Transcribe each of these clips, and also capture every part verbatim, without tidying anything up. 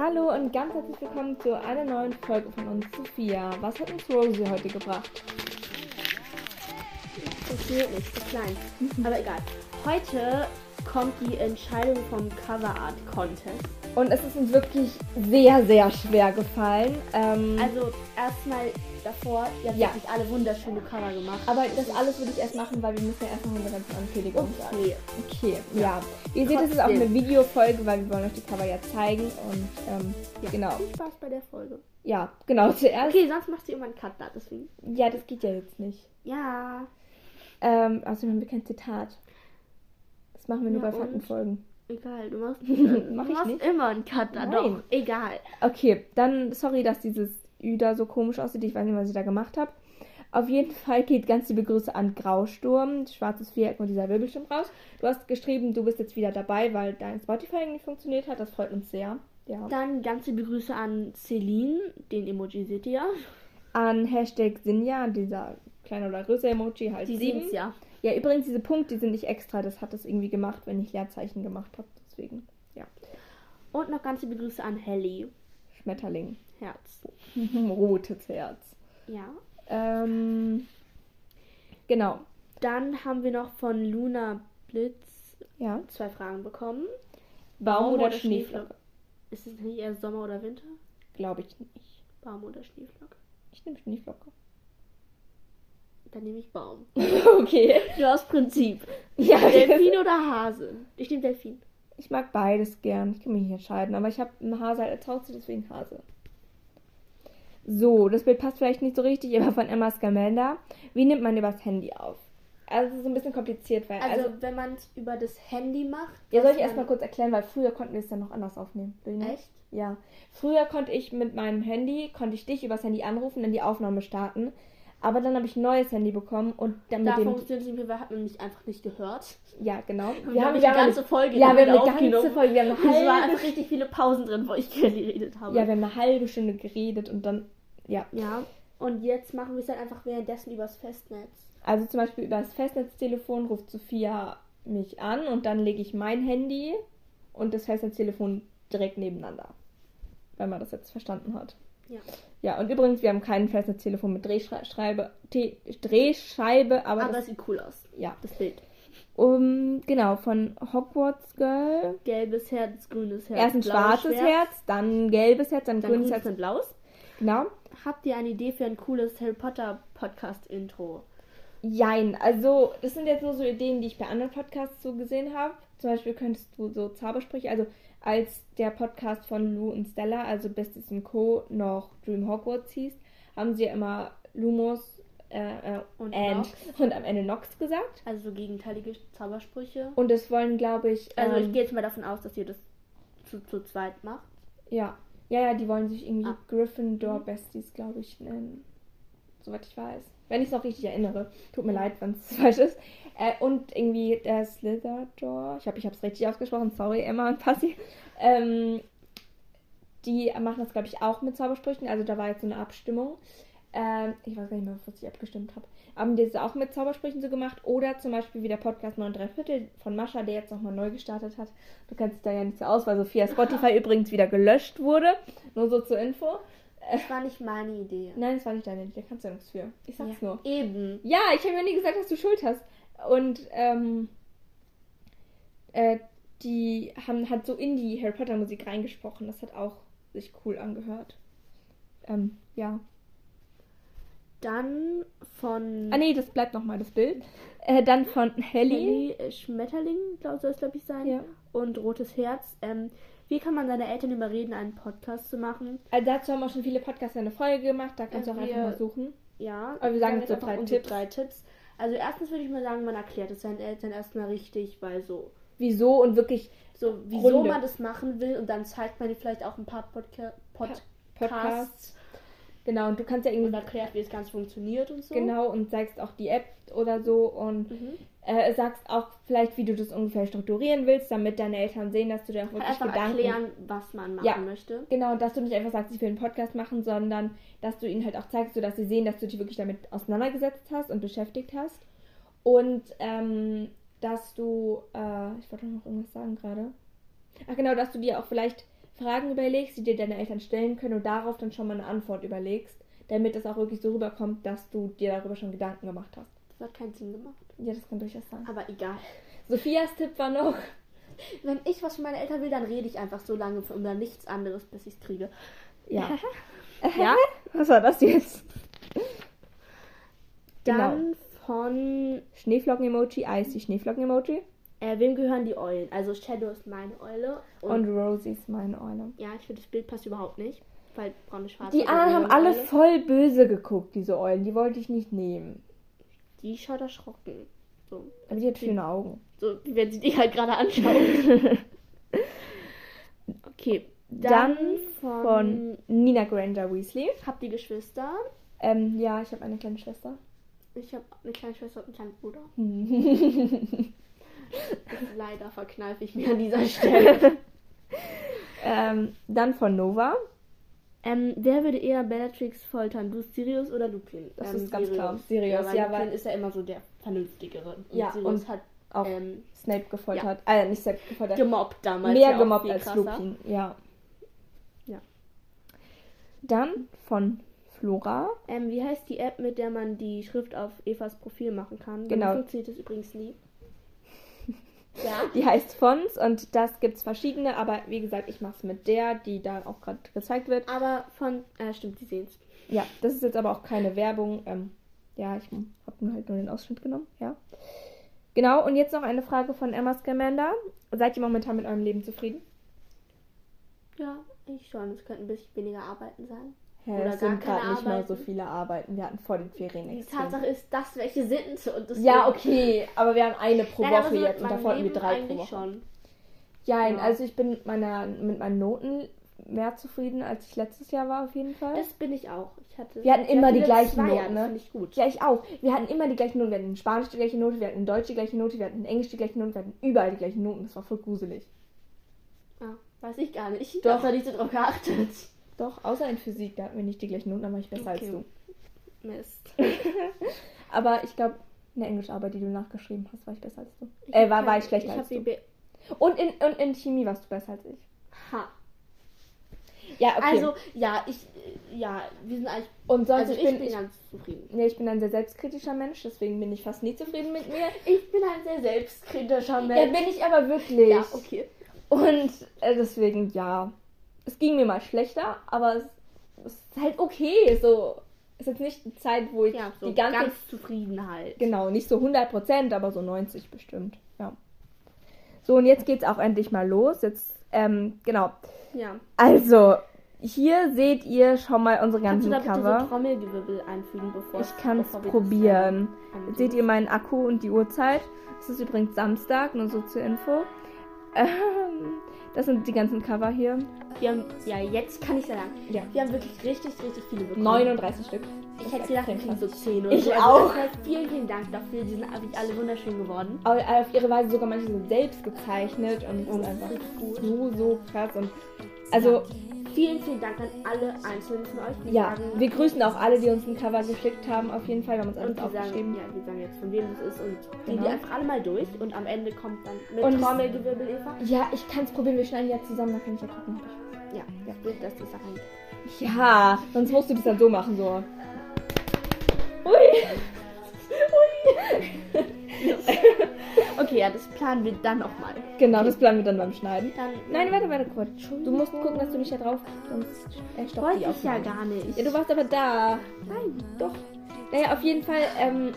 Hallo und ganz herzlich willkommen zu einer neuen Folge von uns, Sophia. Was hat uns Rosie heute gebracht? Funktioniert nicht, so klein. Aber egal. Heute kommt die Entscheidung vom Cover Art Contest. Und es ist uns wirklich sehr, sehr schwer gefallen. Ähm, Also erstmal davor, ihr habt Ja. wirklich alle wunderschöne Cover gemacht. aber das alles würde ich erst machen, weil wir müssen ja erst noch unsere ganzen Ankündigungen sagen. Okay. Okay, ja. Ihr seht, es ist auch Trotzdem. eine Videofolge, weil wir wollen euch die Cover ja zeigen. Und ähm, Ja. genau. Viel Spaß bei der Folge. Ja, genau. Zuerst. Okay, sonst macht sie immer einen Cut da, deswegen. Ja, das geht ja jetzt nicht. Ja. Ähm, außerdem haben wir kein Zitat. Das machen wir nur Ja, bei und? Faktenfolgen. Egal, du machst, Mach du ich machst nicht. immer einen Cut da, Nein. doch. Egal. Okay, dann sorry, dass dieses Ü da so komisch aussieht. Ich weiß nicht, was ich da gemacht habe. Auf jeden Fall geht ganz liebe Grüße an Grausturm, schwarzes Viereck und dieser Wirbelsturm raus. Du hast geschrieben, du bist jetzt wieder dabei, weil dein Spotify irgendwie funktioniert hat. Das freut uns sehr. Ja. Dann ganz liebe Grüße an Celine, den Emoji seht ihr ja. An Hashtag Sinja, dieser kleine oder größere Emoji, halt Die sieben. sieben's ja. Ja, übrigens, diese Punkte, die sind nicht extra. Das hat es irgendwie gemacht, wenn ich Leerzeichen gemacht habe. Deswegen, ja. Und noch ganz liebe Grüße an Helly. Schmetterling. Herz. Rotes Herz. Ja. Ähm, genau. Dann haben wir noch von Luna Blitz Ja. zwei Fragen bekommen. Baum oder Schneeflocke? Ist es nicht eher Sommer oder Winter? Glaube ich nicht. Baum oder Schneeflocke? Ich nehme Schneeflocke. Dann nehme ich Baum. Okay. Du hast Prinzip. Ja, Delfin oder Hase? Ich nehme Delfin. ich mag beides gern. Ich kann mich nicht entscheiden. Aber ich habe einen Hase als Haustier, deswegen Hase. So, das Bild passt vielleicht nicht so richtig, aber von Emma Scamanda. Wie nimmt man übers Handy auf? Also, es ist ein bisschen kompliziert, weil. Also, Also, wenn man es über das Handy macht. ja, soll dass ich erstmal man- kurz erklären, weil früher konnten wir es dann noch anders aufnehmen. Will ich nicht? Echt? Ja. Früher konnte ich mit meinem Handy, konnte ich dich übers Handy anrufen, dann die Aufnahme starten. Aber dann habe ich ein neues Handy bekommen und dann mit Da dem. funktioniert es nicht mehr, weil hat man mich einfach nicht gehört. Ja, genau. Wir haben die ganze Folge Ja, wir damit haben eine ganze aufgenommen. Folge. Wir haben eine Es waren halbe, einfach richtig viele Pausen drin, wo ich geredet habe. ja, wir haben eine halbe Stunde geredet und dann. Ja. Ja. Und jetzt machen wir es dann einfach währenddessen übers Festnetz. Also zum Beispiel über das Festnetztelefon ruft Sophia mich an und dann lege ich mein Handy und das Festnetztelefon direkt nebeneinander. Wenn man das jetzt verstanden hat. Ja. Ja, und übrigens, wir haben kein Festnetztelefon mit Drehscheibe, T- Drehscheibe, aber, Aber das, es sieht cool aus. ja. Das Bild. Um, genau, von Hogwarts Girl. Gelbes Herz, grünes Herz. Erst ein blaues schwarzes Schwert, Herz, dann ein gelbes Herz, dann ein dann grünes grünes Herz. und blaues. Genau. Habt ihr eine Idee für ein cooles Harry Potter Podcast Intro? Jein, also das sind jetzt nur so Ideen, die ich bei anderen Podcasts so gesehen habe. Zum Beispiel könntest du so Zaubersprüche, also als der Podcast von Lou und Stella, also Besties und Co. noch Dream Hogwarts hieß, haben sie ja immer Lumos äh, äh, Und and Nox. und am Ende Nox gesagt. Also so gegenteilige Zaubersprüche. Und das wollen, glaube ich, Also ähm, ich gehe jetzt mal davon aus, dass ihr das zu, zu zweit macht. ja, ja, ja, die wollen sich irgendwie Ah. Gryffindor Besties, glaube ich, nennen. Soweit ich weiß. Wenn ich es noch richtig erinnere. Tut mir leid, wenn es falsch ist. Äh, und irgendwie der Slitherdor. Ich habe ich es richtig ausgesprochen. Sorry, Emma und Passi. Ähm, die machen das, glaube ich, auch mit Zaubersprüchen. Also da war jetzt so eine Abstimmung. Ähm, ich weiß gar nicht mehr, was ich abgestimmt habe. Haben die das auch mit Zaubersprüchen so gemacht? Oder zum Beispiel wie der Podcast neun drei Viertel von Mascha, der jetzt nochmal neu gestartet hat. Du kennst dich da ja nicht so aus, weil Sophia Spotify übrigens wieder gelöscht wurde. Nur so zur Info. Das war nicht meine Idee. Nein, das war nicht deine Idee, da kannst du ja nichts für. Ich sag's Ja, nur. eben. Ja, ich habe ja nie gesagt, dass du Schuld hast. Und, ähm, äh, die haben halt so in die Harry Potter Musik reingesprochen. Das hat auch sich cool angehört. Ähm, ja. Dann von Ah, nee, das bleibt nochmal das Bild. Äh, dann von Helly. Helly äh, Schmetterling, glaub, soll es glaube ich sein. Ja. Und Rotes Herz. Ähm, wie kann man seine Eltern überreden, einen Podcast zu machen? Also dazu haben auch schon viele Podcasts eine Folge gemacht. Da kannst Äh, du auch einfach wir- mal suchen. Ja. Aber wir sagen jetzt so einfach drei unsere Tipps. drei Tipps. Also erstens würde ich mal sagen, man erklärt es seinen Eltern erstmal richtig, weil so, Wieso und wirklich so wieso Gründe. man das machen will und dann zeigt man vielleicht auch ein paar Podca Podcasts Podcasts. Genau, und du kannst ja irgendwie und erklärt, wie das Ganze funktioniert und so. genau und zeigst auch die App oder so und Mhm. äh, sagst auch vielleicht, wie du das ungefähr strukturieren willst, damit deine Eltern sehen, dass du dir auch wirklich Einfach Gedanken... erklären, was man machen Ja. möchte. Genau, dass du nicht einfach sagst, ich will einen Podcast machen, sondern dass du ihnen halt auch zeigst, sodass sie sehen, dass du dich wirklich damit auseinandergesetzt hast und beschäftigt hast. Und ähm, dass du, äh, ich wollte noch irgendwas sagen gerade. Ach genau, dass du dir auch vielleicht Fragen überlegst, die dir deine Eltern stellen können und darauf dann schon mal eine Antwort überlegst, damit es auch wirklich so rüberkommt, dass du dir darüber schon Gedanken gemacht hast. Das hat keinen Sinn gemacht. Ja, das kann durchaus sein. Aber egal. Sophias Tipp war noch... Wenn ich was von meinen Eltern will, dann rede ich einfach so lange über nichts anderes, bis ich es kriege. Ja. Ja? Was war das jetzt? Dann Genau. von... Schneeflocken-Emoji, Icy Schneeflocken-Emoji. Äh, wem gehören die Eulen? Also Shadow ist meine Eule. Und, und Rosie ist meine Eule. Ja, ich finde, das Bild passt überhaupt nicht. Weil braune, schwarze... Die anderen haben alle Eule. voll böse geguckt, diese Eulen. Die wollte ich nicht nehmen. Die schaut erschrocken. So, Aber die hat schöne Augen. so wie wenn sie die halt gerade anschaut. Okay. Dann, Dann von, von... Nina Granger Weasley. Habt ihr Geschwister? Ähm, ja, ich habe eine kleine Schwester. Ich habe eine kleine Schwester und einen kleinen Bruder. Leider verkneife ich mir an dieser Stelle. ähm, dann von Nova. ähm, wer würde eher Bellatrix foltern? Du, Sirius oder Lupin? Das ähm, ist ganz klar. Sirius, Sirius, ja, weil ja, Lupin weil ist ja immer so der Vernünftigere. Und Ja, Sirius und hat auch ähm, Snape gefoltert. Äh, nicht Snape gefoltert. gemobbt damals. Mehr ja, auch gemobbt viel als krasser. Lupin, ja. Ja. Dann von Flora. Ähm, wie heißt die App, mit der man die Schrift auf Evas Profil machen kann? Genau. Damit funktioniert das übrigens nie. Ja. Die heißt Fons und das gibt's verschiedene, aber wie gesagt, ich mache es mit der, die da auch gerade gezeigt wird. Aber von, äh, stimmt, die sehen's. Ja, das ist jetzt aber auch keine Werbung. Ähm, ja, ich habe nur halt nur den Ausschnitt genommen, ja. Genau, und jetzt noch eine Frage von Emma Scamander. Seid ihr momentan mit eurem Leben zufrieden? Ja, ich schon. Es könnte ein bisschen weniger Arbeiten sein. Ja, Oder es gar sind gerade keine nicht mal Arbeiten. so viele Arbeiten. Wir hatten vor den Ferien Die extrem. Tatsache ist, dass welche sind und das Ja, okay, aber wir haben eine pro Nein, Woche aber so jetzt und mit davor hatten wir meinem drei Leben pro eigentlich Woche. schon. Ja, Ja. also ich bin mit, meiner, mit meinen Noten mehr zufrieden, als ich letztes Jahr war auf jeden Fall. Das bin ich auch. Ich hatte Wir hatten immer ja, die viele gleichen Zweier, Noten, das ne? finde ich gut. Ja, ich auch. Wir hatten immer die gleichen Noten. Wir hatten in Spanisch die gleiche Note, wir hatten in Deutsch die gleiche Note, wir hatten in Englisch die gleiche Note, wir hatten überall die gleichen Noten. Das war voll gruselig. Ah, weiß ich gar nicht. Ich Doch. habe da nicht so drauf geachtet. Doch, außer in Physik, da hatten wir nicht die gleichen Noten, da war ich besser Okay. als du. Mist. Aber ich glaube, in der Englischarbeit, die du nachgeschrieben hast, war ich besser als du. Ich äh, hab war, kein- war ich schlechter ich als hab du. B B. Und in, und in Chemie warst du besser als ich. Ha. Ja, okay. Also, ja, ich, äh, ja, wir sind eigentlich, und sonst, also ich, ich bin, bin ich, ganz zufrieden. nee, ich bin ein sehr selbstkritischer Mensch, deswegen bin ich fast nie zufrieden mit mir. Ich bin ein sehr selbstkritischer Ja, Mensch. bin ich aber wirklich. Ja, okay. Und äh, deswegen, ja. Es ging mir mal schlechter, aber es, es ist halt okay. So, es ist jetzt nicht die Zeit, wo ich Ja, so die ganze ganz zufrieden halt. Genau, nicht so hundert Prozent, aber so neunzig bestimmt. Ja. So, und jetzt geht's auch endlich mal los. Jetzt, ähm, genau. Ja. Also, hier seht ihr schon mal unsere Kannst du ganzen da bitte Cover. so Trommelgewirbel einfügen, bevor Ich kann es bevor wir das, probieren. äh, Jetzt seht ihr meinen Akku und die Uhrzeit. Es ist übrigens Samstag, nur so zur Info. Ähm, das sind die ganzen Cover hier. Wir haben, ja, jetzt kann ich sagen, Ja. wir haben wirklich richtig, richtig viele bekommen. neununddreißig Stück. Ich hätte gedacht, wir kriegen so zehn oder Ich so. auch. Also, vielen, vielen Dank dafür. Die sind wirklich alle wunderschön geworden. Aber auf ihre Weise sogar manche sind selbst gezeichnet und es Und ist einfach richtig gut. so, so krass. Und also, Vielen, vielen Dank an alle einzelnen von euch. Die ja, sagen, wir grüßen auch alle, die uns ein Cover geschickt haben. Auf jeden Fall, wir haben uns alles und die sagen, aufgeschrieben. ja, wir sagen jetzt, von wem das ist und gehen Genau. die einfach alle mal durch und am Ende kommt dann mit Und es- Trommelgewirbel, Eva. Ja, ich kann es probieren, wir schneiden ja zusammen, dann kann ich ja gucken. Ja, das Bild, das ist rein. Ja, sonst musst du das dann so machen, so. Ui! Ui! Okay, ja, das planen wir dann auch mal. Genau, das planen wir dann beim Schneiden. Dann, Nein, warte, warte kurz. Du musst gucken, dass du nicht da drauf, sonst äh, stoppt wollte die ich ja Aufnahme. gar nicht. Ja, du warst aber da. Nein. Doch. Naja, auf jeden Fall, ähm,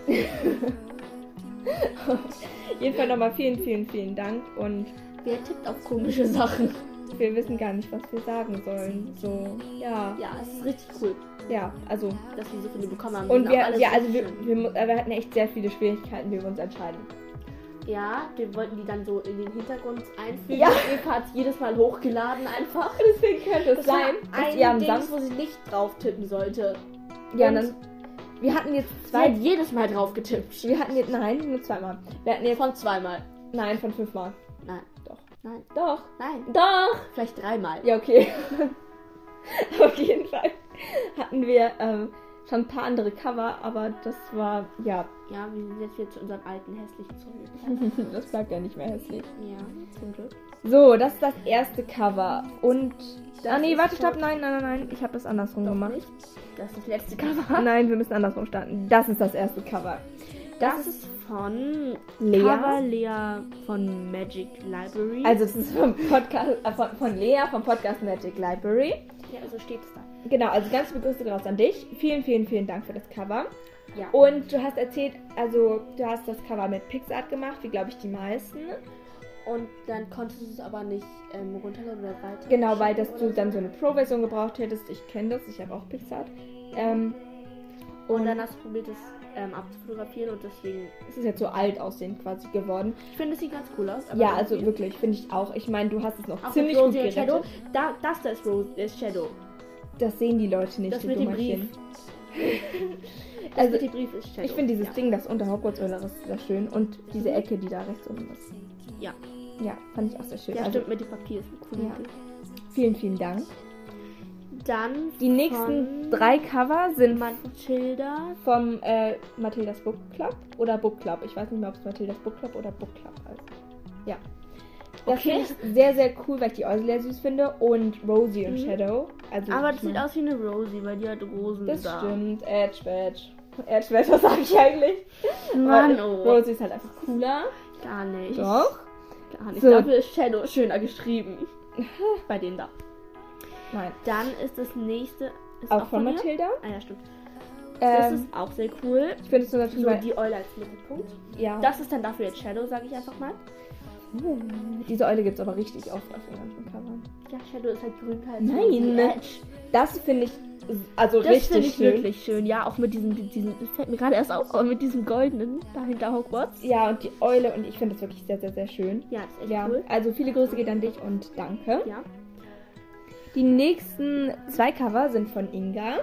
auf jeden Fall nochmal vielen, vielen, vielen Dank und Wer tippt auf komische Sachen? wir wissen gar nicht, was wir sagen sollen. So, ja. Ja, es ist richtig cool, Ja, also. dass wir so viele bekommen haben. Und Die sind auch wir, alle ja, so also wir, schön. wir, mu- äh, wir hatten echt sehr viele Schwierigkeiten, wie wir uns entscheiden. Ja, wir wollten die dann so in den Hintergrund einfügen. Ja. Eva hat es jedes Mal hochgeladen einfach. Deswegen könnte es Das sein, war dass ein ihr am Ding, Samstag. wo sie nicht drauf tippen sollte. Ja, und- dann. Wir hatten jetzt Sie zwei. hat jedes Mal drauf getippt. Wir hatten jetzt. Nein, nur zweimal. Wir hatten jetzt. Von zweimal. Nein, von fünfmal. Nein, Doch. nein, Doch. nein. Doch! Vielleicht dreimal. Ja, okay. Auf jeden Fall hatten wir ähm, schon ein paar andere Cover, aber das war. Ja. Ja, wir sind jetzt wieder zu unserem alten hässlichen zurück. Das bleibt ja nicht mehr hässlich. Ja, zum Glück. So, das ist das erste Cover. Und. Das ah, nee, ist warte, von- stopp. Nein, nein, nein, nein. Ich habe das andersrum Doch gemacht. nicht. Das ist das letzte Cover. Nein, wir müssen andersrum starten. Das ist das erste Cover. Das, Das ist von Lea. Cover Lea von Magic Library. Also, es ist vom Podcast, äh, von, von Lea vom Podcast Magic Library. ja, so steht es da. Genau, also ganz liebe Grüße raus an dich. Vielen, vielen, vielen Dank für das Cover. Ja. Und du hast erzählt, also du hast das Cover mit Pixart gemacht, wie glaube ich die meisten. Und dann konntest du es aber nicht ähm, runterladen oder weiter. Genau, weil das du oder dann so eine Pro-Version gebraucht hättest. Ich kenne das, ich habe auch Pixart. Ähm, so. Und dann hast du probiert, es ähm, abzufotografieren und deswegen. es ist jetzt so alt aussehend quasi geworden. Ich finde, es sieht ganz cool aus. aber Ja, also irgendwie- wirklich, finde ich auch. Ich meine, du hast es noch Auch ziemlich mit gut Rosie und gerettet. Shadow. Da, das da ist Rose, ist Shadow. Das sehen die Leute nicht, Das du mit dem Dummerchen. Das Also, mit dem Brief ist Shadow. ich finde dieses ja. Ding, das unter Hogwarts Euler ist sehr schön. Und diese Ecke, die da rechts unten ist. Ja, Ja, fand ich auch sehr schön. ja also, stimmt, mit dem Papier ist eine coole Ja. Idee. vielen, vielen Dank. Dann Die nächsten drei Cover sind Matilda. vom äh, Mathildas Book Club oder Book Club. Ich weiß nicht mehr, ob es Mathildas Book Club oder Book Club heißt. Ja. Das Okay. finde ich sehr, sehr cool, weil ich die Eule sehr süß finde. Und Rosie und Mhm. Shadow. Also, Aber ich das sieht mein, aus wie eine Rosie, weil die hat Rosen Das da. stimmt. Edge Badge. Edge Badge, was sage ich eigentlich? Mann, Weil oh. Rosie ist halt einfach cooler. Gar nicht. Doch. Gar nicht. So. Dafür ist Shadow schöner geschrieben. Bei denen da. Nein. Dann ist das nächste. Ist Auch von ihr? Mathilda. Ah ja, stimmt. Das Ähm, ist auch sehr cool. ich finde es so natürlich, So weil, die Eule als Mittelpunkt. ja. Das ist dann dafür jetzt Shadow, sage ich einfach mal. Diese Eule gibt es aber richtig oft auf den ganzen Covern. Ja, Shadow ist halt grün halt. Nein. Rosie Edge. Das finde ich also Das finde richtig ich schön. wirklich schön. Ja, auch mit diesem, diesem, das fällt mir gerade erst auf, aber mit diesem goldenen dahinter Hogwarts. Ja, und die Eule, und ich finde das wirklich sehr, sehr, sehr schön. Ja, das ist echt Ja, cool. also viele Grüße geht an dich und danke. Ja. Die nächsten zwei Cover sind von Inga.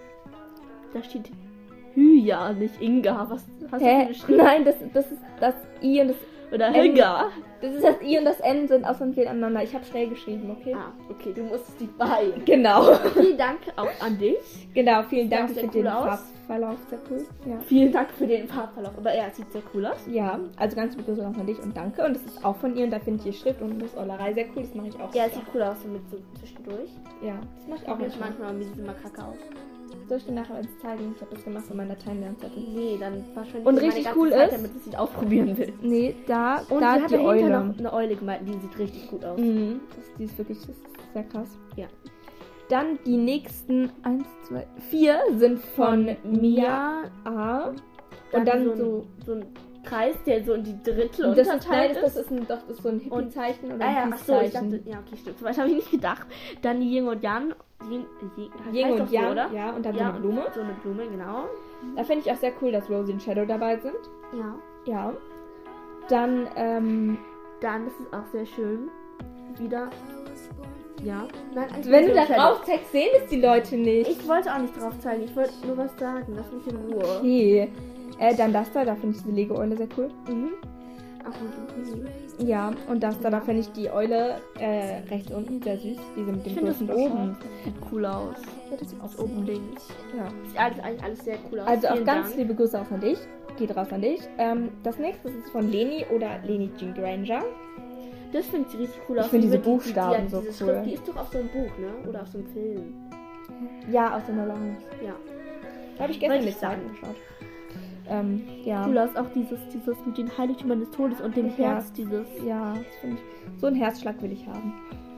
Da steht Hya, nicht Inga. Was hast du Hä? denn geschrieben? Nein, das, das ist das I und das Oder Ähm, Hynga. Das ist das I und das N sind aus und aneinander. Ich habe schnell geschrieben, okay? Ah, okay, du musstest die beiden. Genau. Vielen Dank auch an dich. Genau, vielen Sieht Dank. auch Ich sehr finde den cool aus. Farbverlauf sehr cool. Ja. Vielen Dank für den Farbverlauf. Aber ja, es sieht sehr cool aus. Ja, also ganz liebe Grüße auch an dich und danke. Und das ist auch von ihr und da finde ich die Schrift und das Eulerei sehr cool. Das mache ich auch. Ja, es sehr. sieht cool aus, so mit so zwischendurch. Ja, das mache ich auch Auch jetzt manchmal. manchmal, aber mir sieht immer kacke aus. Soll ich dir nachher eins zeigen? Ich habe das gemacht in meiner Timeline-Zettel. Nee, dann wahrscheinlich Und meine richtig ganze cool Zeit, ist- damit ich es ausprobieren will. Nee, da, Und da sie hat die dahinter Eule. noch eine Eule gemalt, die sieht richtig gut aus. Mhm, das, die ist wirklich das ist sehr krass. Ja. Dann die nächsten eins, zwei, vier sind von, Mia A. Und dann so, so. ein, so ein Kreis, der so in die Drittel Das ist, nein, unterteilt das, das ist ein, doch, das ist so ein Hippie-Zeichen oder Ah ja, ein ach so, ich Peace-Zeichen. dachte, ja, okay, stimmt. So weit habe ich nicht gedacht. Dann die Yin und Yang. Yin, Yin, Yin heißt und doch so, Yang, oder? ja, und dann Ja, so eine Blume. So eine Blume, genau. Da finde ich auch sehr cool, dass Rosie und Shadow dabei sind. Ja. Ja. Dann, ähm, Dann ist es auch sehr schön. Wieder. Ja. Nein, eigentlich wenn du so da ein Shadow. drauf zeigst, sehen es die Leute nicht. Ich wollte auch nicht drauf zeigen, ich wollte nur was sagen. Lass mich in Ruhe. Okay. Äh, dann das da, da finde ich diese Lego-Eule sehr cool. Mhm. Ach, und mhm. Ja, und das da, da finde ich die Eule äh, rechts unten sehr süß. Diese mit Ich dem finde das großen oben. oben. Sieht cool aus. Ja, das sieht Aus oben links. Ja. Sieht alles, eigentlich alles sehr cool aus. Also auch Vielen ganz Dank. liebe Grüße auch an dich. Geht raus an dich. Ähm, das nächste ist von Leni oder Leni Jean Granger. Das finde ich richtig cool aus. Ich finde Die diese wird- Buchstaben die, so die, diese cool. Schrift, die ist doch auf so einem Buch, ne? Oder auf so einem Film. Ja, aus den Orange. Ja. Da habe ich gestern Wollte die ich Zeit sagen. geschaut. Ähm, ja. Cool aus, auch dieses, dieses mit den Heiligtümern des Todes und dem Ja. Herz, dieses. Ja, das finde ich. So einen Herzschlag will ich haben.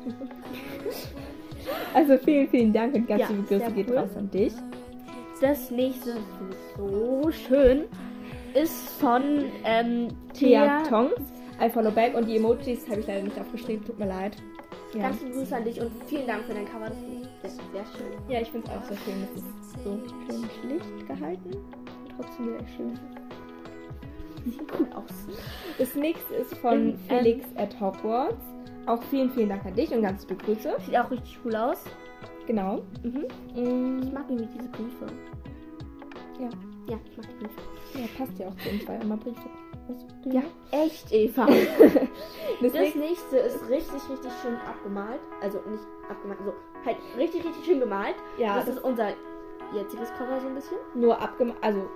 Also vielen, vielen Dank und ganz Ja, liebe Grüße sehr geht cool. raus an dich. Das nächste, das finde ich so schön, ist von ähm, Thea Thea. Tongs, I Follow Back und die Emojis habe ich leider nicht aufgeschrieben, tut mir leid. Ja, Ganz liebe Grüße an dich und vielen Dank für dein Cover. Das finde ich sehr, sehr schön. ja ich finde es auch sehr schön. Es ist so schön schlicht gehalten und trotzdem sehr schön. Sieht gut aus. Das nächste ist von In, ähm, Felix at Hogwarts. Auch vielen, vielen Dank an dich und ganz liebe Grüße. Sieht auch richtig cool aus. Genau. Mhm. Mm, Ich mag irgendwie diese Briefe. Ja. Ja, ich mag die Briefe. Ja, passt ja auch zu uns, weil immer Briefe. Weißt du, Ja, echt, Eva. Das Das nächste, nächste ist richtig, richtig schön abgemalt. Also nicht abgemalt, so halt richtig, richtig schön gemalt. ja, das das ist unser jetziges Cover so ein bisschen. nur abgemacht, also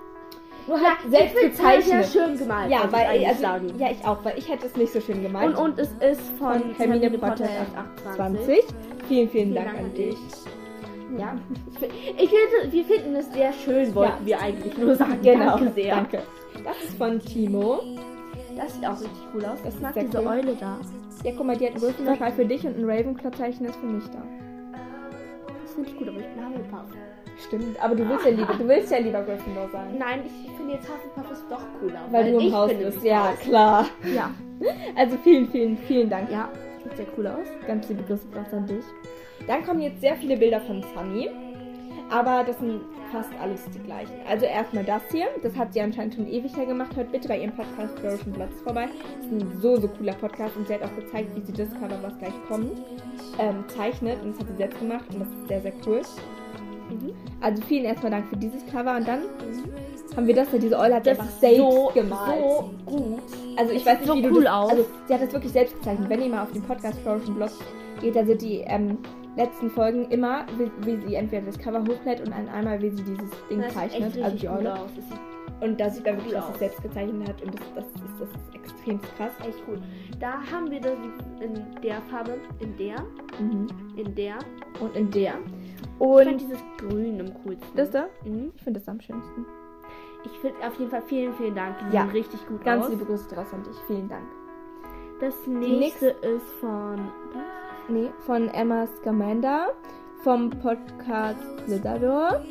Nur Ja, halt selbst ich find's sehr, gezeichnet. sehr schön gemalt. Ja, muss ich weil, eigentlich also, sagen. ja, ich auch, weil ich hätte es nicht so schön gemalt. Und, und es ist von, von Hermine Potter achtundzwanzig. Vielen, vielen, Vielen Dank, Dank an an dich. Ja, ich finde, wir finden es sehr schön, wollten Ja. wir eigentlich nur sagen. Genau, Danke sehr. danke. Das ist von Timo. Das sieht auch richtig cool aus. Das Ich ist mag sehr diese cool. Eule da. Ja, guck mal, die hat einen Gryffindor-Schal für dich und ein Ravenclaw-Zeichen ist für mich da. Das finde ich gut, aber ich bin Hufflepuff. Stimmt, aber du willst ja lieber, du willst ja lieber Gryffindor sein. Nein, ich finde jetzt Hufflepuff ist doch cooler. Weil, du im ich Haus bin bist. im Ja, Haus. klar. Ja. Also vielen, vielen, vielen Dank. Ja, sieht sehr cool aus. Ganz liebe Grüße auch an dich. Dann kommen jetzt sehr viele Bilder von Sunny. Aber das sind fast alles die gleichen. Also erstmal das hier. Das hat sie anscheinend schon ewig her gemacht. Hört bitte bei ihrem Podcast Flourishing Bloods vorbei. Das ist ein so, so cooler Podcast. Und sie hat auch gezeigt, wie sie das Cover, was gleich kommt, ähm, zeichnet. Und das hat sie selbst gemacht. Und das ist sehr, sehr cool. Mhm. Also vielen erstmal Dank für dieses Cover. Und dann mhm. haben wir das. Diese Eule hat sie Das einfach ist selbst so, gemalt. so gut. Also ich Das weiß nicht, sieht wie so du cool das, aus. Also sie hat das wirklich selbst gezeichnet. Wenn ihr mal auf den Podcast Flourishing Bloods geht, da sind die ähm, letzten Folgen immer, wie, wie sie entweder das Cover hochlädt und dann einmal, wie sie dieses Ding Das sieht echt zeichnet, also richtig die cool Eule. aus. Das sieht Und da sieht man wirklich, cool dass sie aus. es selbst gezeichnet hat und das, das, ist, das ist extrem krass. echt cool. Da haben wir das in der Farbe, in der, Mhm. in der. Und in der. Ich Und finde dieses Grün am coolsten. das da? Mhm. Ich finde das am schönsten. Ich finde auf jeden Fall vielen, vielen Dank. Die Ja. sehen richtig gut Ganz aus. liebe Grüße draus an dich. Vielen Dank. Das nächste ist von. Was? Nee, von Emma Scamander vom Podcast Slither.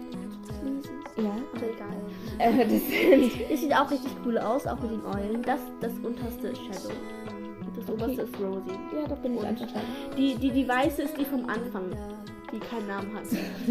Ja. Aber egal. Äh, das sind Das sieht auch richtig cool aus, auch mit den Eulen. Das, das unterste ist Shadow. Und das Okay. oberste ist Rosie. ja, da bin ich Und einverstanden. Die, die, die weiße ist die vom Anfang, die keinen Namen hat.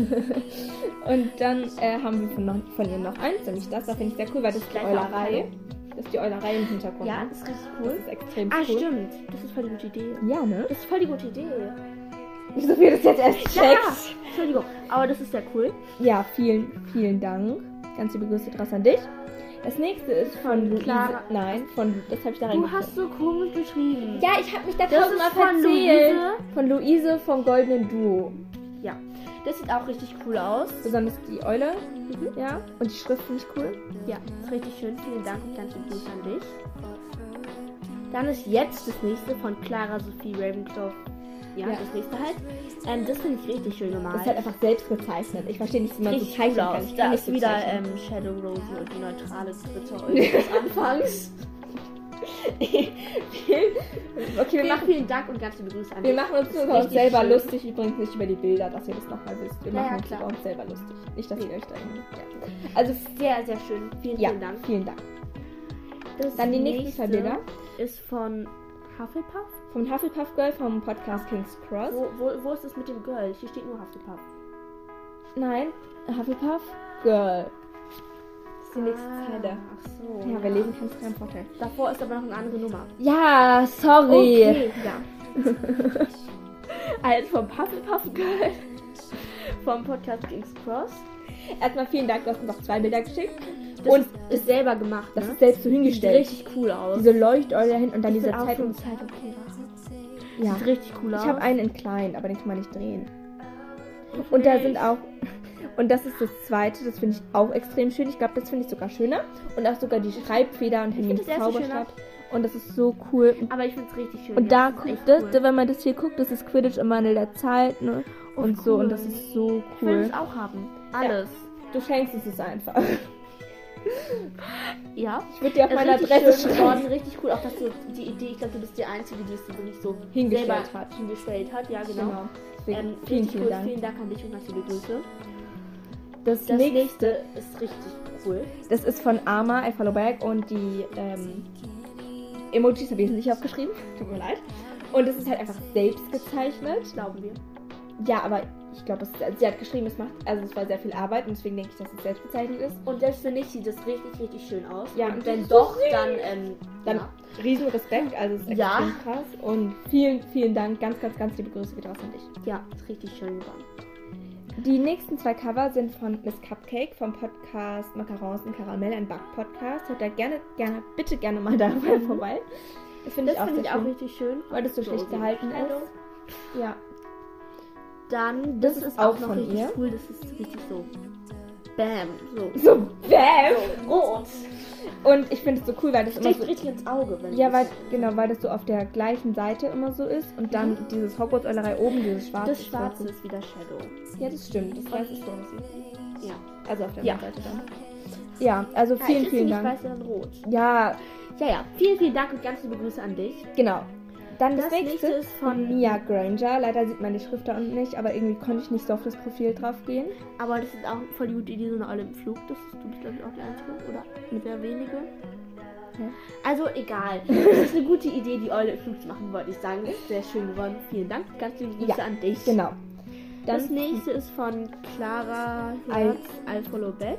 Und dann äh, haben wir von, noch, von ihr noch eins, nämlich das, da finde ich sehr cool, weil das ist die Gleich Eulerei. Das ist die Eulerei im Hintergrund. Ja, das ist richtig Das cool. ist extrem Ah, cool. stimmt. Das ist voll die gute Idee. Ja, ne? Das ist voll die gute Idee. Nicht so viel das jetzt erst Ja, checkt. Entschuldigung. Aber das ist sehr cool. Ja, vielen, vielen Dank. Ganz liebe Grüße draus an dich. Das nächste ist von Luise. Clara. Nein, von, das habe ich da Du reingeschrieben. hast so komisch geschrieben. Ja, ich habe mich da Das tausendmal ist von verzählt. Luise. Von Luise vom Goldenen Duo. Ja. Das sieht auch richtig cool aus. Besonders die Eule. Ja. Und die Schrift finde ich cool. Ja, ist richtig schön. Vielen Dank und ganz liebe Grüße an dich. Dann ist jetzt das nächste von Clara Sophie Ravenclaw. Ja, Ja. das nächste halt. Ähm, das finde ich richtig schön gemalt. Das ist halt einfach selbst gezeichnet. Ich verstehe nicht, wie man so richtig zeichnen cool kann. aus. Ich Da kann ist nicht so wieder zeichnen. ähm, Shadow Rosie und die neutrale dritte Eule des Anfangs. Okay, wir Vielen, machen, vielen Dank und ganz liebe Grüße an wir dich. machen uns Das nur ist über uns richtig selber schön. lustig. Übrigens nicht über die Bilder, dass ihr das nochmal wisst. Wir Ja, machen ja, uns klar. über uns selber lustig. Nicht, dass ihr euch da irgendwie... Ja. Also, Sehr, sehr schön. Vielen, ja, vielen Dank. vielen Dank. Das Dann die nächsten nächste zwei Bilder. ist von Hufflepuff. Vom Hufflepuff Girl vom Podcast King's Cross. Wo, wo, wo ist das mit dem Girl? Hier steht nur Hufflepuff. Nein, Hufflepuff Girl. Das ist die nächste Zeile. Ach so. Ja, wer lesen kann, ist kein Vorteil. Davor ist aber noch eine andere Nummer. Ja, sorry. Okay, ja. Also vom Hufflepuff Girl. Vom Podcast King's Cross. Erstmal vielen Dank, du hast uns noch zwei Bilder geschickt. Das Und ist, ist selber gemacht, das ne? ist selbst so Sieht hingestellt. richtig cool aus. Diese Leuchteule dahin und dann Ich diese will auch so Zeitung. eine Zeitungsleser haben. Ja. Sieht richtig cool aus. Ich habe einen in klein, aber den kann man nicht drehen. Und da sind auch. Und das ist das zweite, das finde ich auch extrem schön. Ich glaube, das finde ich sogar schöner. Und auch sogar die Schreibfeder und find Hermines das erste Zauberstab. Und das ist so cool. Aber ich finde es richtig schön. Und ja, da das ist echt guckt das, cool. wenn man das hier guckt, das ist Quidditch im Wandel der Zeit, ne? Oh, Und so, cool. und das ist so Ich will cool. es auch haben. Alles. Du schenkst es es einfach. Ja. Ich würde dir auf Es ist meine richtig Adresse schön schreiben. geworden, richtig cool. Auch dass du die Idee, ich glaube, du bist die Einzige, die es so nicht so Hingestellt selber hat. hingestellt hat. Ja, genau. Genau. Deswegen Ähm, vielen, richtig vielen cool. Dank. Vielen Dank an dich und ganz liebe Grüße. Das, Das nächste, nächste ist richtig cool. das ist von Arma, I Follow Back und die ähm, Emojis habe ich jetzt nicht aufgeschrieben. Tut mir leid. Und es ist halt einfach selbst gezeichnet. Glauben wir. Ja, aber ich glaube, sie hat geschrieben, es macht, also es war sehr viel Arbeit und deswegen denke ich, dass es selbst gezeichnet ist. Und selbst wenn nicht, sieht das richtig, richtig schön aus. Ja, und und wenn das ist doch, so süß. dann, ähm, Dann ja. riesen Respekt, also es ist Ja. extrem krass. Und vielen, vielen Dank, ganz, ganz, ganz liebe Grüße geht raus an dich. Ja, ist richtig schön geworden. Die nächsten zwei Cover sind von Miss Cupcake vom Podcast Macarons und Karamell, ein Back-Podcast. Hört da gerne, gerne, bitte gerne mal da vorbei. Das finde ich Das auch finde sehr ich auch schön, richtig schön. weil das so schlicht Rosie. gehalten Hallo. ist. Ja, Dann, das, Das ist ist auch auch noch von richtig ihr. cool. Das ist richtig so Bam. So. So, bam! So, rot. Und ich finde es so cool, weil das immer Sticht so... richtig ins Auge. Wenn Ja, du weil, das- genau, weil das so auf der gleichen Seite immer so ist und dann dieses Hogwarts-Eulerei oben, dieses schwarze. Das Schwarze ist wieder Shadow. Ja, das stimmt. Das weiß ich so. Ja. Also auf der Ja. anderen Seite dann. Ja, also Ja, vielen, ich vielen nicht Dank. weiß, dann rot. Ja, Ja, ja. Vielen, vielen Dank und ganz liebe Grüße an dich. genau. Dann das, Das nächste nächste ist von- Mia Granger. Leider sieht man die Schrift da unten nicht, aber irgendwie konnte ich nicht so auf das Profil drauf gehen. Aber das ist auch voll die gute Idee, so eine Olle im Flug. Das ist, du bist, glaube ich, auch die Einzige. Oder mit der wenige. Ja. Also, egal. Das ist eine gute Idee, die Eule im Flug zu machen, wollte ich sagen. Das ist sehr schön geworden. Vielen Dank. Ganz liebe Grüße Ja, an dich. Genau. Das Dann, nächste ist von Clara Al- Herz, I'll follow back.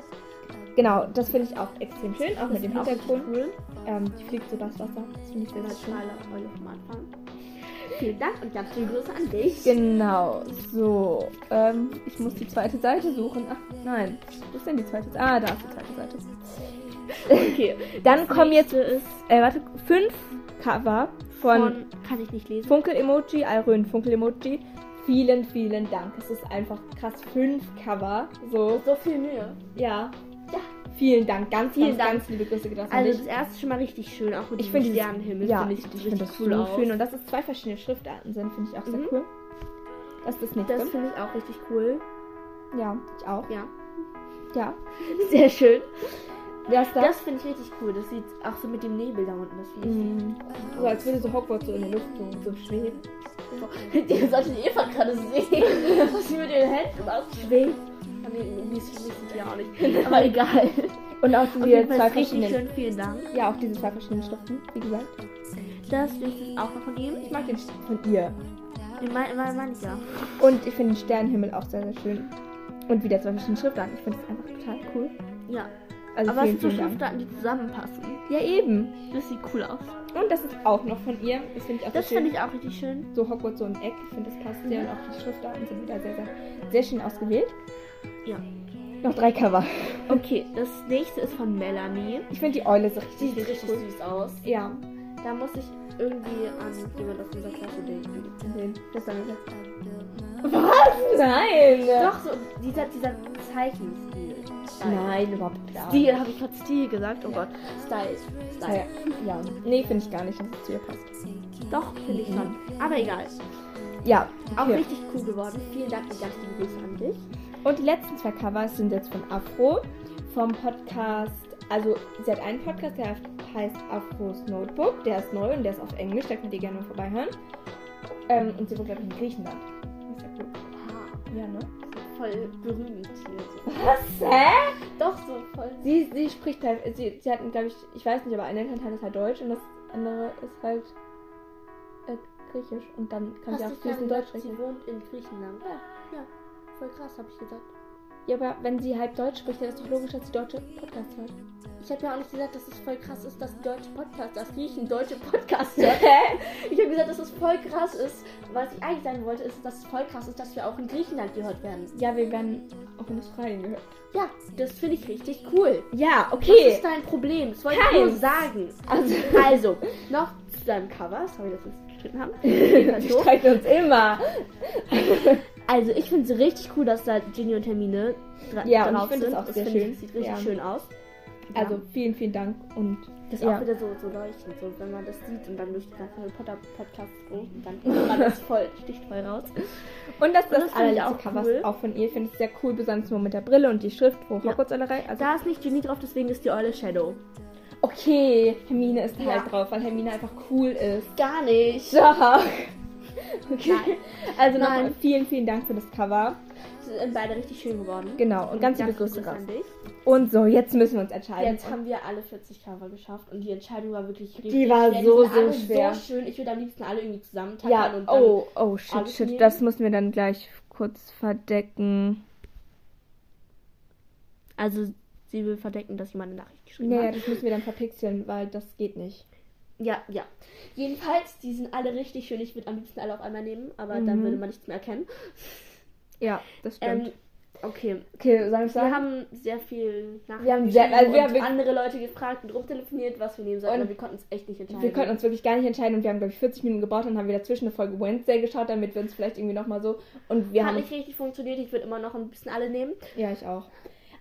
genau, das finde ich auch extrem schön, auch Das mit dem ist auch Hintergrund. cool. Ähm, die fliegt so das Wasser. Das finde ich sehr, Eine sehr schön. schmale Eule vom Anfang. Vielen Dank und ganz liebe Grüße an dich. Genau, so. Ähm, ich muss die zweite Seite suchen. Ach, nein. Wo ist denn die zweite Seite? Ah, da ist die zweite Seite. Okay. Dann Das kommen jetzt, nächste ist äh, warte, fünf Cover von, von, kann ich nicht lesen. Funkel-Emoji, Alrön Funkel-Emoji. Vielen, vielen Dank. Es ist einfach krass. Fünf Cover. So. So viel Mühe. Ja. Ja. Vielen Dank. Ganz, Vielen ganz, Dank. ganz liebe Grüße geht raus an Also dich. das erste ist schon mal richtig schön, auch mit Ich dem finde dieses- Sternenhimmel. Ja, finde ich, ich, ich richtig finde das cool so aus. schön. Und dass es zwei verschiedene Schriftarten sind, finde ich auch sehr Mhm. cool. Das ist das nächste. Das finde ich auch richtig cool. ja, ich auch. Ja. Ja. Sehr schön. Das da. Das finde ich richtig cool. Das sieht auch so mit dem Nebel da unten. Das finde ich. Mm. So, als würde so Hogwarts so in der Luft so, so schweben. Ihr solltet Eva gerade sehen, was sie mit ihren Händen macht. Schwebt. Ah, nee, nee, das wissen die ja auch nicht. Aber egal. Und auch Auf diese jeden Fall zwei ist richtig verschiedenen. schön. Vielen Dank. Ja, auch diese zwei verschiedenen Schriften, wie gesagt. Das nächste ist auch noch von ihm. Ich mag den Stift von ihr. Ich meine, mein, mein, ja. Und ich finde den Sternenhimmel auch sehr, sehr schön. Und wieder zwei verschiedene Schriftarten. Ich finde es einfach total cool. Ja. Also Aber es vielen, sind so vielen Dank. Schriftarten, die zusammenpassen. Ja, eben. Das sieht cool aus. Und das ist auch noch von ihr. Das finde ich auch Das sehr schön. finde ich auch richtig schön. So Hogwarts so ein Eck. Ich finde, das passt sehr. Mhm. Und auch die Schriftarten sind wieder sehr, sehr, sehr schön ausgewählt. Ja. Noch drei Cover. Okay, das nächste ist von Melanie. Ich finde die Eule so Die richtig, sieht richtig cool. süß aus. Ja. Da muss ich irgendwie an jemand aus unserer Klasse denken. Wen? Das haben wir jetzt. Was? Nein! Doch, so dieser, dieser Zeichenstil. Style. Nein, überhaupt nicht. Stil, habe ich gerade Stil gesagt? Oh Ja. Gott. Style. Ja, Style. ja. Nee, finde ich gar nicht, dass es zu ihr passt. Doch, finde ich Mhm. schon. Aber egal. Ja. Auch okay. richtig cool geworden. Vielen Dank und ganz liebe Grüße an dich. Und die letzten zwei Covers sind jetzt von Afro. Vom Podcast, also sie hat einen Podcast, der heißt Afros Notebook. Der ist neu und der ist auf Englisch, da könnt ihr gerne mal vorbeihören. Ähm, und sie wohnt, glaube ich, in Griechenland. Das ist ja cool. Ah, Ja, ne? voll berühmt hier. So. Was? Hä? Doch, so voll. Sie, sie spricht halt, sie, sie hat, glaube ich, ich weiß nicht, aber ein Elternteil ist halt Deutsch und das andere ist halt äh, Griechisch. Und dann kann sie auch Hast du fließend gesagt, Deutsch sprechen. sie wohnt in Griechenland? Ja. Ja, voll krass, habe ich gesagt. Ja, aber wenn sie halt Deutsch spricht, dann ist doch logisch, dass sie deutsche Podcasts hört. Ich habe ja auch nicht gesagt, dass es voll krass ist, dass die deutsche Podcast, dass Griechen deutsche Podcasts hört. Hä? Ich habe gesagt, dass es voll krass ist. Was ich eigentlich sagen wollte, ist, dass es voll krass ist, dass wir auch in Griechenland gehört werden. Ja, wir werden auch in Australien gehört. Ja, das finde ich richtig cool. Ja, Was okay. ist dein Problem? Das wollte ich nur Keins. sagen. Also, Also, noch zu deinem Cover. Sorry, dass wir uns gestritten haben. wir streiten uns immer. Also, ich finde es richtig cool, dass da Ginny und Hermine dra Ja, und drauf ich finde sind. das auch sehr finde schön. Ich, sieht richtig Ja. schön aus. Also Ja. vielen, vielen Dank. Und Das ist ja. auch wieder so, so leuchtend, so wenn man das sieht und dann durch die ganzen Harry Potter Podcasts geht, dann kommt man das voll, sticht voll raus. Und das, Und das, das finde ich allerletzte auch Cover cool. ist auch von ihr. Ich finde es sehr cool, besonders nur mit der Brille und die Schrift, wo Ja. Hogwarts-Allerei. Also, Da ist nicht Ginny drauf, deswegen ist die Eule Shadow. okay, Hermine ist Ja. halt drauf, weil Hermine einfach cool ist. Gar nicht. Doch. Okay. Nein. Also nochmal Nein. vielen, vielen Dank für das Cover. Sie sind beide richtig schön geworden. Genau, und ganz liebe ganz Grüße raus. an dich. Und so, jetzt müssen wir uns entscheiden. Jetzt haben wir alle vierzig Cover geschafft und die Entscheidung war wirklich richtig Die war schwer. so, die sind so alle schwer. so schön. Ich würde am liebsten alle irgendwie zusammentackern Ja, und dann oh, oh, shit, alles shit. nehmen. Das müssen wir dann gleich kurz verdecken. Also sie will verdecken, dass jemand eine Nachricht geschrieben Naja, hat. das müssen wir dann verpixeln, weil das geht nicht. Ja, ja. Jedenfalls, die sind alle richtig schön. Ich würde am liebsten alle auf einmal nehmen, aber dann Mhm. würde man nichts mehr erkennen. Ja, das stimmt. Ähm, okay. okay, soll ich Wir sagen? haben sehr viel Nachrichten Wir haben sehr- geschrieben also wir und haben- andere Leute gefragt und rumtelefoniert, was wir nehmen sollten, Und aber wir konnten uns echt nicht entscheiden. Wir konnten uns wirklich gar nicht entscheiden und wir haben, glaube ich, vierzig Minuten gebraucht und haben wieder zwischen eine Folge Wednesday geschaut, damit wir uns vielleicht irgendwie nochmal so... Und wir Hat haben... nicht richtig funktioniert. Ich würde immer noch ein bisschen alle nehmen. Ja, ich auch.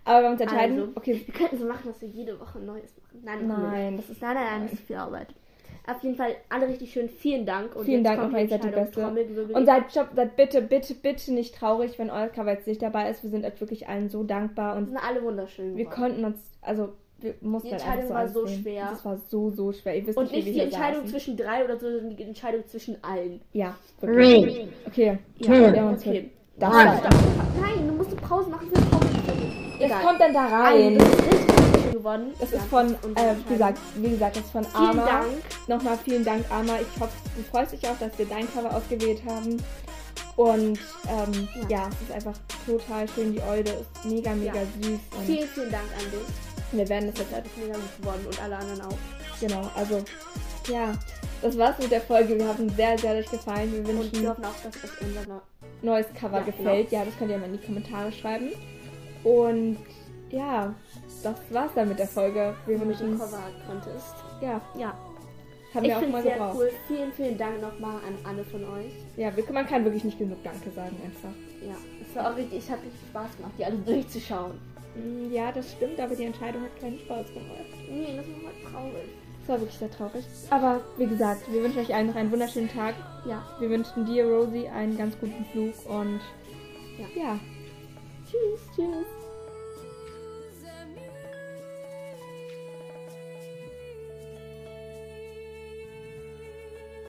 Aber wir haben uns entscheiden, Also, okay. Wir könnten so machen, dass wir jede Woche ein neues machen. Nein, Nein, das ist nein, nein, nein, das ist viel Arbeit. Auf jeden Fall alle richtig schön. Vielen Dank. Und Vielen jetzt Dank kommt nochmal, ihr seid die Entscheidung, Beste. Trommelwirbel. Und seid, stopp, seid bitte, bitte, bitte nicht traurig, wenn euer Cover jetzt nicht dabei ist. Wir sind euch wirklich allen so dankbar. Wir Und sind alle wunderschön wir geworden. konnten uns, also wir mussten Die halt einfach Entscheidung war alles so nehmen. schwer. Das war so, so schwer. Ihr wisst Und nicht, nicht wie die wir hier Entscheidung saßen. zwischen drei oder so, sondern die Entscheidung zwischen allen. Ja, wirklich. Okay, Ja, wir haben uns okay. Das Nein, war stopp. Nein, du musst Pause machen für Trommelwirbel. Das Egal. kommt dann da rein. Also, das ist richtig schön geworden. Das Ja, ist von, unsere äh, wie Entscheidung. gesagt, wie gesagt, das ist von Vielen Arma. Dank. Nochmal vielen Dank, Arma. Ich hoffe, du freust dich auch, dass wir dein Cover ausgewählt haben. Und ähm, ja. Ja. es ist einfach total schön. Die Eude ist mega, mega Ja. süß. Und Vielen, vielen Dank an dich. wir werden das jetzt Das halt, ist mega gut geworden und alle anderen auch. genau, also, ja, das war's mit der Folge. Wir haben sehr, sehr euch gefallen. Wir Und wir wünschen hoffen auch, dass euch unser neu- neues Cover Ja, gefällt. Ja, das könnt ihr mal in die Kommentare schreiben. Und ja, das war's dann mit der Folge. Wir mit dem wünschen, Cover Contest. ja, Ja, haben ich wir auch finde mal es sehr gebraucht. cool. Vielen, vielen Dank nochmal an alle von euch. Ja, wir, man kann wirklich nicht genug Danke sagen einfach. Ja, es war auch richtig, es hat richtig Spaß gemacht, die alle durchzuschauen. Mm, Ja, das stimmt, aber die Entscheidung hat keinen Spaß gemacht. Nee, das war halt traurig. Das war wirklich sehr traurig. Aber wie gesagt, wir wünschen euch allen noch einen wunderschönen Tag. Ja, Wir wünschen dir, Rosie, einen ganz guten Flug und Ja. ja. Tschüss, tschüss.